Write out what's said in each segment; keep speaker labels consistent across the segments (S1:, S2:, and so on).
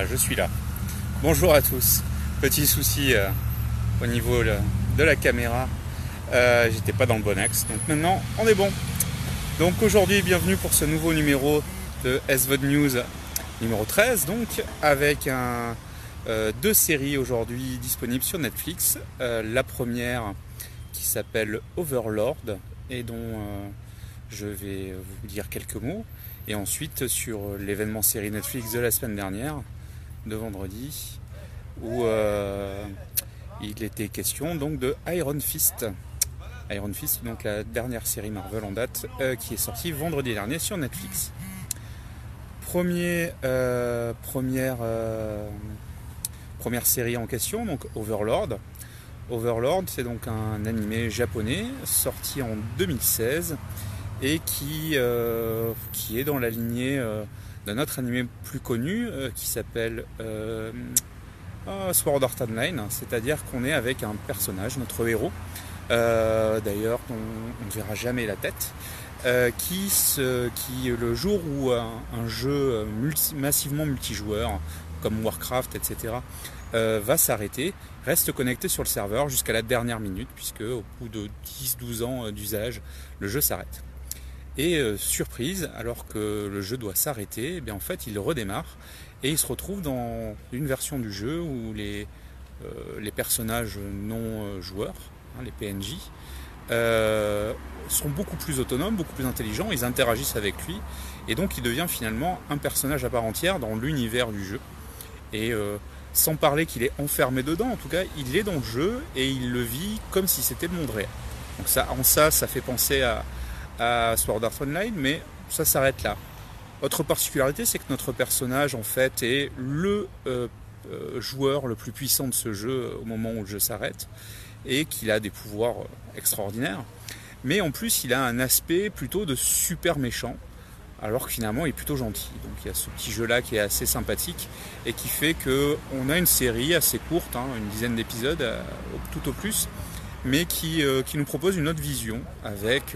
S1: je suis là. Bonjour à tous. Petit souci au niveau de la caméra. J'étais pas dans le bon axe. Donc maintenant, on est bon. Donc aujourd'hui, bienvenue pour ce nouveau numéro de SVOD News, numéro 13. Donc avec deux séries aujourd'hui disponibles sur Netflix. La première qui s'appelle Overlord et dont je vais vous dire quelques mots. Et ensuite sur l'événement série Netflix de la semaine dernière, de vendredi, où il était question donc de Iron Fist. Iron Fist, donc la dernière série Marvel en date, qui est sortie vendredi dernier sur Netflix. Première série en question, donc Overlord. Overlord, c'est donc un animé japonais sorti en 2016 et qui est dans la lignée d'un autre animé plus connu qui s'appelle Sword Art Online, c'est-à-dire qu'on est avec un personnage, notre héros, d'ailleurs dont on ne verra jamais la tête, qui le jour où un jeu massivement multijoueur comme Warcraft, etc., va s'arrêter, reste connecté sur le serveur jusqu'à la dernière minute, puisque au bout de 10-12 ans d'usage, le jeu s'arrête. Et surprise, alors que le jeu doit s'arrêter, en fait il redémarre et il se retrouve dans une version du jeu où les personnages non joueurs, les PNJ, sont beaucoup plus autonomes, beaucoup plus intelligents, ils interagissent avec lui et donc il devient finalement un personnage à part entière dans l'univers du jeu. Et sans parler qu'il est enfermé dedans, en tout cas il est dans le jeu et il le vit comme si c'était le monde réel. Donc ça fait penser à Sword Art Online, mais ça s'arrête là. Autre particularité, c'est que notre personnage en fait est le joueur le plus puissant de ce jeu au moment où le jeu s'arrête et qu'il a des pouvoirs extraordinaires. Mais en plus, il a un aspect plutôt de super méchant, alors que finalement il est plutôt gentil. Donc il y a ce petit jeu-là qui est assez sympathique et qui fait qu'on a une série assez courte, une dizaine d'épisodes tout au plus, mais qui nous propose une autre vision avec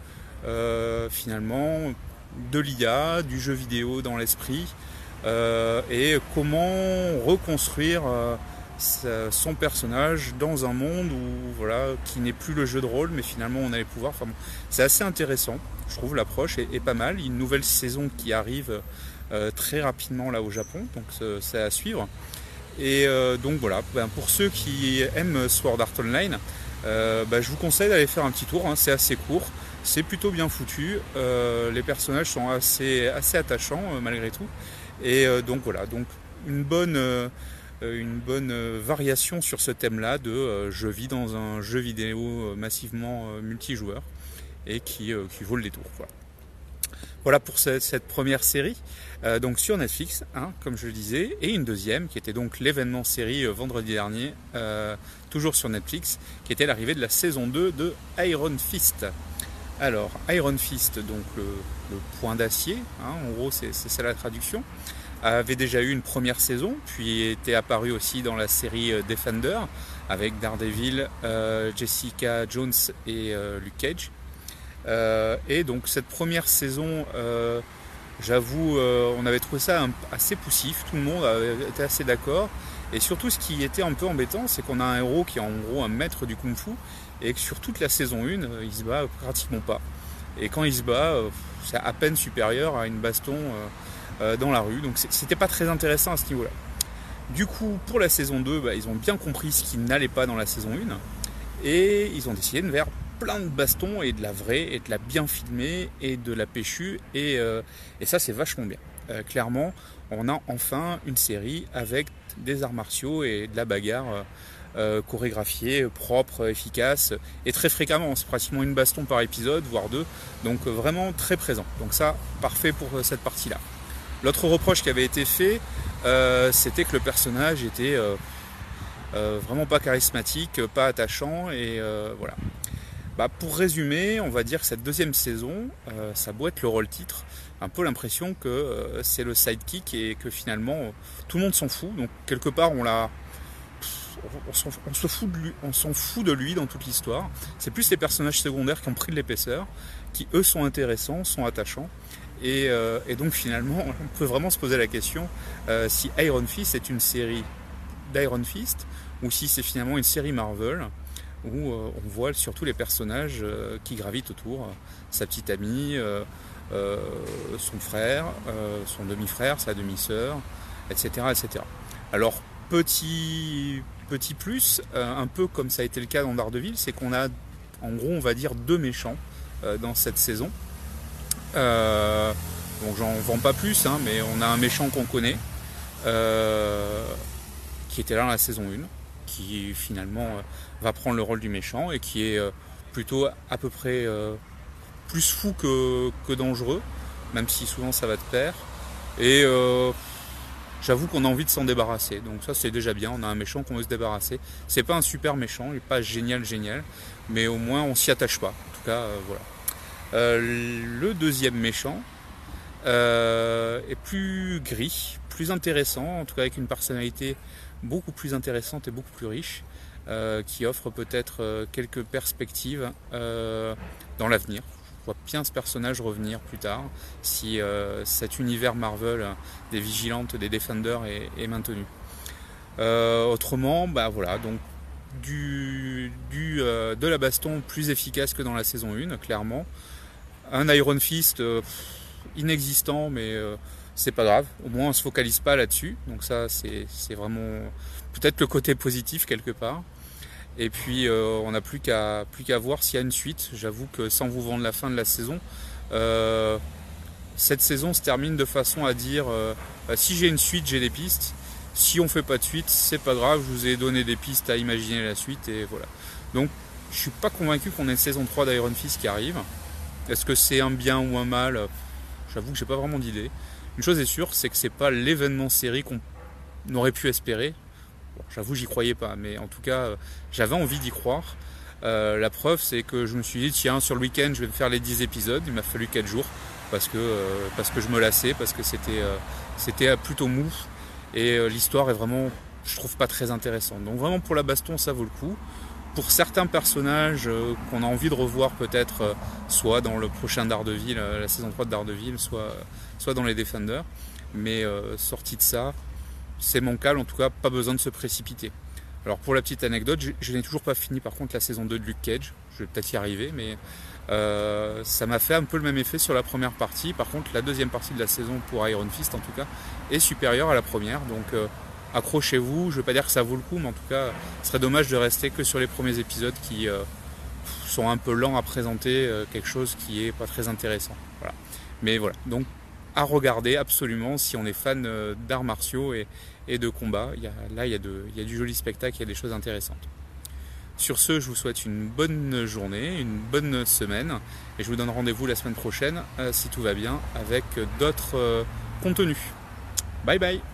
S1: finalement de l'IA, du jeu vidéo dans l'esprit, et comment reconstruire son personnage dans un monde qui n'est plus le jeu de rôle, mais finalement on a les pouvoirs. Enfin, bon, c'est assez intéressant, je trouve l'approche est pas mal. Il y a une nouvelle saison qui arrive très rapidement là au Japon, donc c'est à suivre. Et donc voilà, pour ceux qui aiment Sword Art Online, je vous conseille d'aller faire un petit tour, c'est assez court, c'est plutôt bien foutu, les personnages sont assez attachants malgré tout, et donc voilà, donc une bonne variation sur ce thème-là de je vis dans un jeu vidéo massivement multijoueur et qui vaut le détour. Voilà pour cette première série, donc sur Netflix, comme je le disais, et une deuxième qui était donc l'événement série vendredi dernier, toujours sur Netflix, qui était l'arrivée de la saison 2 de Iron Fist. Alors, Iron Fist, donc le point d'acier, en gros c'est ça la traduction, avait déjà eu une première saison, puis était apparu aussi dans la série Defender, avec Daredevil, Jessica Jones et Luke Cage. Et donc cette première saison, j'avoue, on avait trouvé ça assez poussif, tout le monde avait été assez d'accord. Et surtout ce qui était un peu embêtant, c'est qu'on a un héros qui est en gros un maître du kung-fu, et que sur toute la saison 1, il se bat pratiquement pas. Et quand il se bat, c'est à peine supérieur à une baston dans la rue, donc c'était pas très intéressant à ce niveau-là. Du coup, pour la saison 2, ils ont bien compris ce qui n'allait pas dans la saison 1, et ils ont décidé de faire plein de bastons, et de la vraie, et de la bien filmée, et de la péchue, et ça c'est vachement bien. Clairement, on a enfin une série avec des arts martiaux et de la bagarre chorégraphiée, propre, efficace, et très fréquemment, c'est pratiquement une baston par épisode, voire deux, donc vraiment très présent. Donc ça, parfait pour cette partie-là. L'autre reproche qui avait été fait, c'était que le personnage était vraiment pas charismatique, pas attachant, et voilà. Pour résumer, on va dire que cette deuxième saison, ça doit être le rôle titre, un peu l'impression que c'est le sidekick et que finalement tout le monde s'en fout. Donc quelque part on s'en fout de lui dans toute l'histoire. C'est plus les personnages secondaires qui ont pris de l'épaisseur, qui eux sont intéressants, sont attachants. Et donc finalement, on peut vraiment se poser la question si Iron Fist est une série d'Iron Fist ou si c'est finalement une série Marvel où on voit surtout les personnages qui gravitent autour, sa petite amie, son frère, son demi-frère, sa demi-sœur, etc., etc. Alors petit plus, un peu comme ça a été le cas dans Daredevil, c'est qu'on a en gros on va dire 2 méchants dans cette saison. Donc j'en vends pas plus, hein, mais on a un méchant qu'on connaît, qui était là dans la saison 1, qui finalement va prendre le rôle du méchant et qui est plutôt à peu près plus fou que dangereux, même si souvent ça va de pair. Et j'avoue qu'on a envie de s'en débarrasser, donc ça c'est déjà bien, on a un méchant qu'on veut se débarrasser. C'est pas un super méchant, il est pas génial, mais au moins on s'y attache pas. En tout cas, voilà. Le deuxième méchant est plus gris, plus intéressant, en tout cas avec une personnalité beaucoup plus intéressante et beaucoup plus riche, qui offre peut-être quelques perspectives dans l'avenir. Je vois bien ce personnage revenir plus tard, si cet univers Marvel des Vigilantes, des Defenders est maintenu. Autrement, bah voilà, donc de la baston plus efficace que dans la saison 1, clairement. Un Iron Fist inexistant, mais c'est pas grave, au moins on se focalise pas là-dessus, donc ça c'est vraiment peut-être le côté positif quelque part. Et puis on n'a plus qu'à voir s'il y a une suite. J'avoue que sans vous vendre la fin de la saison, cette saison se termine de façon à dire si j'ai une suite, j'ai des pistes. Si on fait pas de suite, c'est pas grave, je vous ai donné des pistes à imaginer la suite et voilà. Donc je suis pas convaincu qu'on ait une saison 3 d'Iron Fist qui arrive. Est-ce que c'est un bien ou un mal? J'avoue que j'ai pas vraiment d'idée. Une chose est sûre, c'est que c'est pas l'événement série qu'on aurait pu espérer. Bon, j'avoue, j'y croyais pas, mais en tout cas, j'avais envie d'y croire. La preuve, c'est que je me suis dit, tiens, sur le week-end, je vais me faire les 10 épisodes. Il m'a fallu 4 jours parce que je me lassais, parce que c'était plutôt mou. Et l'histoire est vraiment, je trouve, pas très intéressante. Donc vraiment, pour la baston, ça vaut le coup. Pour certains personnages qu'on a envie de revoir peut-être, soit dans le prochain Daredevil, la saison 3 de Daredevil, soit dans les Defenders. Mais sorti de ça, c'est manquable, en tout cas pas besoin de se précipiter. Alors pour la petite anecdote, je n'ai toujours pas fini par contre la saison 2 de Luke Cage, je vais peut-être y arriver, mais ça m'a fait un peu le même effet sur la première partie. Par contre la deuxième partie de la saison pour Iron Fist en tout cas est supérieure à la première, donc accrochez-vous, je ne veux pas dire que ça vaut le coup, mais en tout cas ce serait dommage de rester que sur les premiers épisodes qui sont un peu lents à présenter quelque chose qui est pas très intéressant. Voilà. Mais voilà, donc à regarder absolument si on est fan d'arts martiaux et de combat. Il y a du joli spectacle, il y a des choses intéressantes. Sur ce, je vous souhaite une bonne journée, une bonne semaine, et je vous donne rendez-vous la semaine prochaine, si tout va bien, avec d'autres contenus. Bye bye!